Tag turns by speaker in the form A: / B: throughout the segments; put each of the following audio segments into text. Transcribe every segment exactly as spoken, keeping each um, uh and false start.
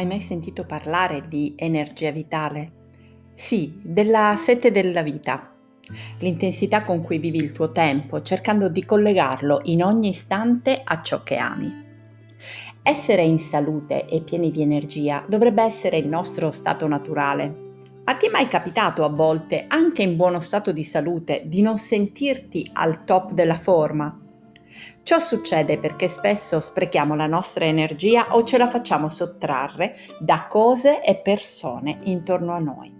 A: Hai mai sentito parlare di energia vitale? Sì, della sete della vita, l'intensità con cui vivi il tuo tempo, cercando di collegarlo in ogni istante a ciò che ami. Essere in salute e pieni di energia dovrebbe essere il nostro stato naturale. Ma ti è mai capitato a volte, anche in buono stato di salute, di non sentirti al top della forma? Ciò succede perché spesso sprechiamo la nostra energia o ce la facciamo sottrarre da cose e persone intorno a noi.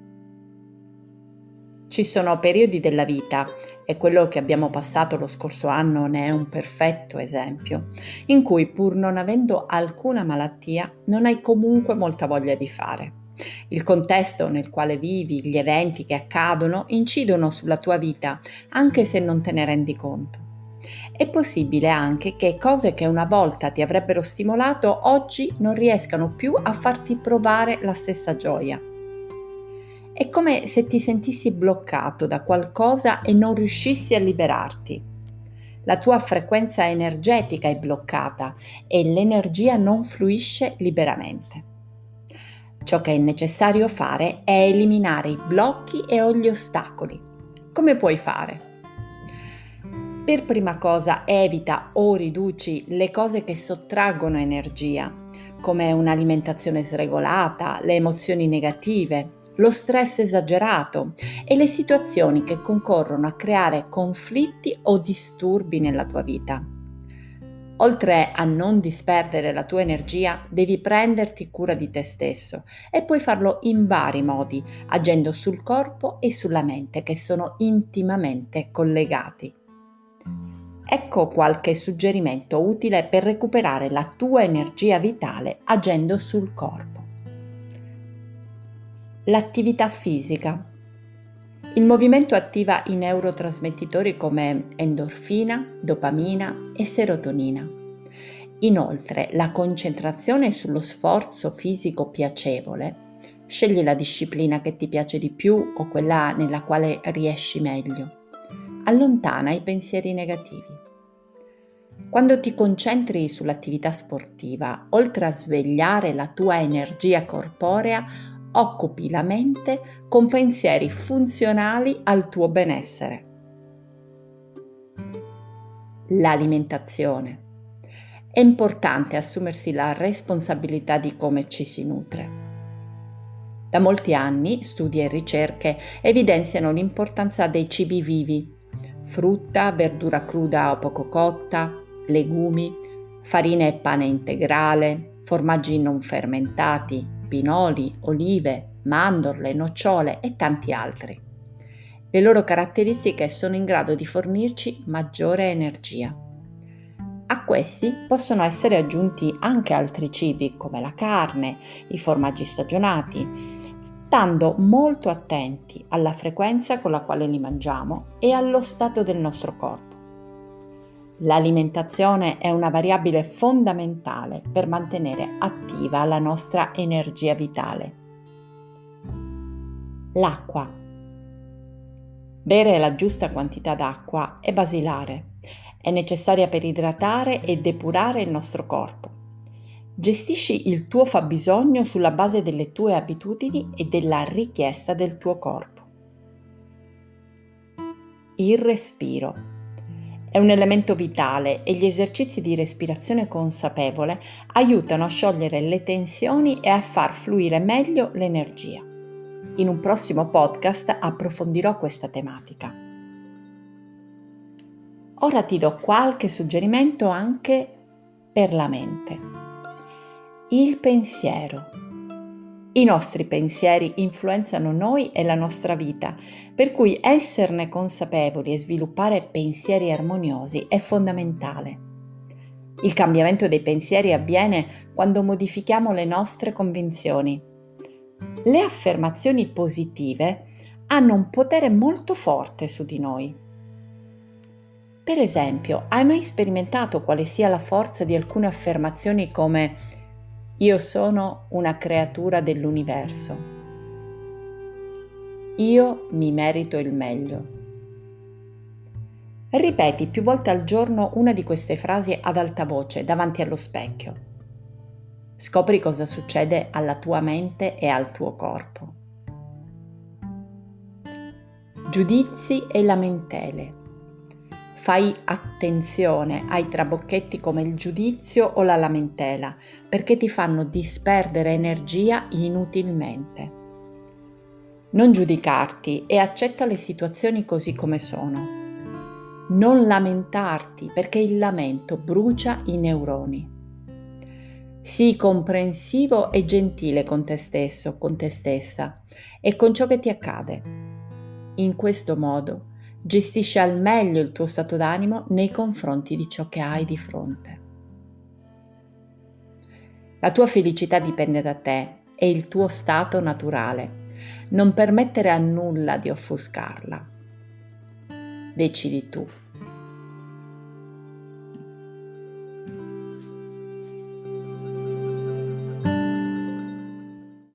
A: Ci sono periodi della vita, e quello che abbiamo passato lo scorso anno ne è un perfetto esempio, in cui pur non avendo alcuna malattia non hai comunque molta voglia di fare. Il contesto nel quale vivi, gli eventi che accadono incidono sulla tua vita, anche se non te ne rendi conto. È possibile anche che cose che una volta ti avrebbero stimolato oggi non riescano più a farti provare la stessa gioia. È come se ti sentissi bloccato da qualcosa e non riuscissi a liberarti. La tua frequenza energetica è bloccata e l'energia non fluisce liberamente. Ciò che è necessario fare è eliminare i blocchi e o gli ostacoli. Come puoi fare? Per prima cosa evita o riduci le cose che sottraggono energia, come un'alimentazione sregolata, le emozioni negative, lo stress esagerato e le situazioni che concorrono a creare conflitti o disturbi nella tua vita. Oltre a non disperdere la tua energia, devi prenderti cura di te stesso e puoi farlo in vari modi, agendo sul corpo e sulla mente, che sono intimamente collegati. Ecco qualche suggerimento utile per recuperare la tua energia vitale agendo sul corpo. L'attività fisica. Il movimento attiva i neurotrasmettitori come endorfina, dopamina e serotonina. Inoltre, la concentrazione sullo sforzo fisico piacevole, scegli la disciplina che ti piace di più o quella nella quale riesci meglio, allontana i pensieri negativi. Quando ti concentri sull'attività sportiva, oltre a svegliare la tua energia corporea, occupi la mente con pensieri funzionali al tuo benessere. L'alimentazione. È importante assumersi la responsabilità di come ci si nutre. Da molti anni studi e ricerche evidenziano l'importanza dei cibi vivi: frutta, verdura cruda o poco cotta, legumi, farina e pane integrale, formaggi non fermentati, pinoli, olive, mandorle, nocciole e tanti altri. Le loro caratteristiche sono in grado di fornirci maggiore energia. A questi possono essere aggiunti anche altri cibi come la carne, i formaggi stagionati, stando molto attenti alla frequenza con la quale li mangiamo e allo stato del nostro corpo. L'alimentazione è una variabile fondamentale per mantenere attiva la nostra energia vitale. L'acqua. Bere la giusta quantità d'acqua è basilare. È necessaria per idratare e depurare il nostro corpo. Gestisci il tuo fabbisogno sulla base delle tue abitudini e della richiesta del tuo corpo. Il respiro. È un elemento vitale e gli esercizi di respirazione consapevole aiutano a sciogliere le tensioni e a far fluire meglio l'energia. In un prossimo podcast approfondirò questa tematica. Ora ti do qualche suggerimento anche per la mente. Il pensiero. I nostri pensieri influenzano noi e la nostra vita, per cui esserne consapevoli e sviluppare pensieri armoniosi è fondamentale. Il cambiamento dei pensieri avviene quando modifichiamo le nostre convinzioni. Le affermazioni positive hanno un potere molto forte su di noi. Per esempio, hai mai sperimentato quale sia la forza di alcune affermazioni come "Io sono una creatura dell'universo", "Io mi merito il meglio"? Ripeti più volte al giorno una di queste frasi ad alta voce davanti allo specchio. Scopri cosa succede alla tua mente e al tuo corpo. Giudizi e lamentele. Fai attenzione ai trabocchetti come il giudizio o la lamentela, perché ti fanno disperdere energia inutilmente. Non giudicarti e accetta le situazioni così come sono. Non lamentarti, perché il lamento brucia i neuroni. Sii comprensivo e gentile con te stesso, con te stessa e con ciò che ti accade. In questo modo gestisci al meglio il tuo stato d'animo nei confronti di ciò che hai di fronte. La tua felicità dipende da te, è il tuo stato naturale. Non permettere a nulla di offuscarla. Decidi tu.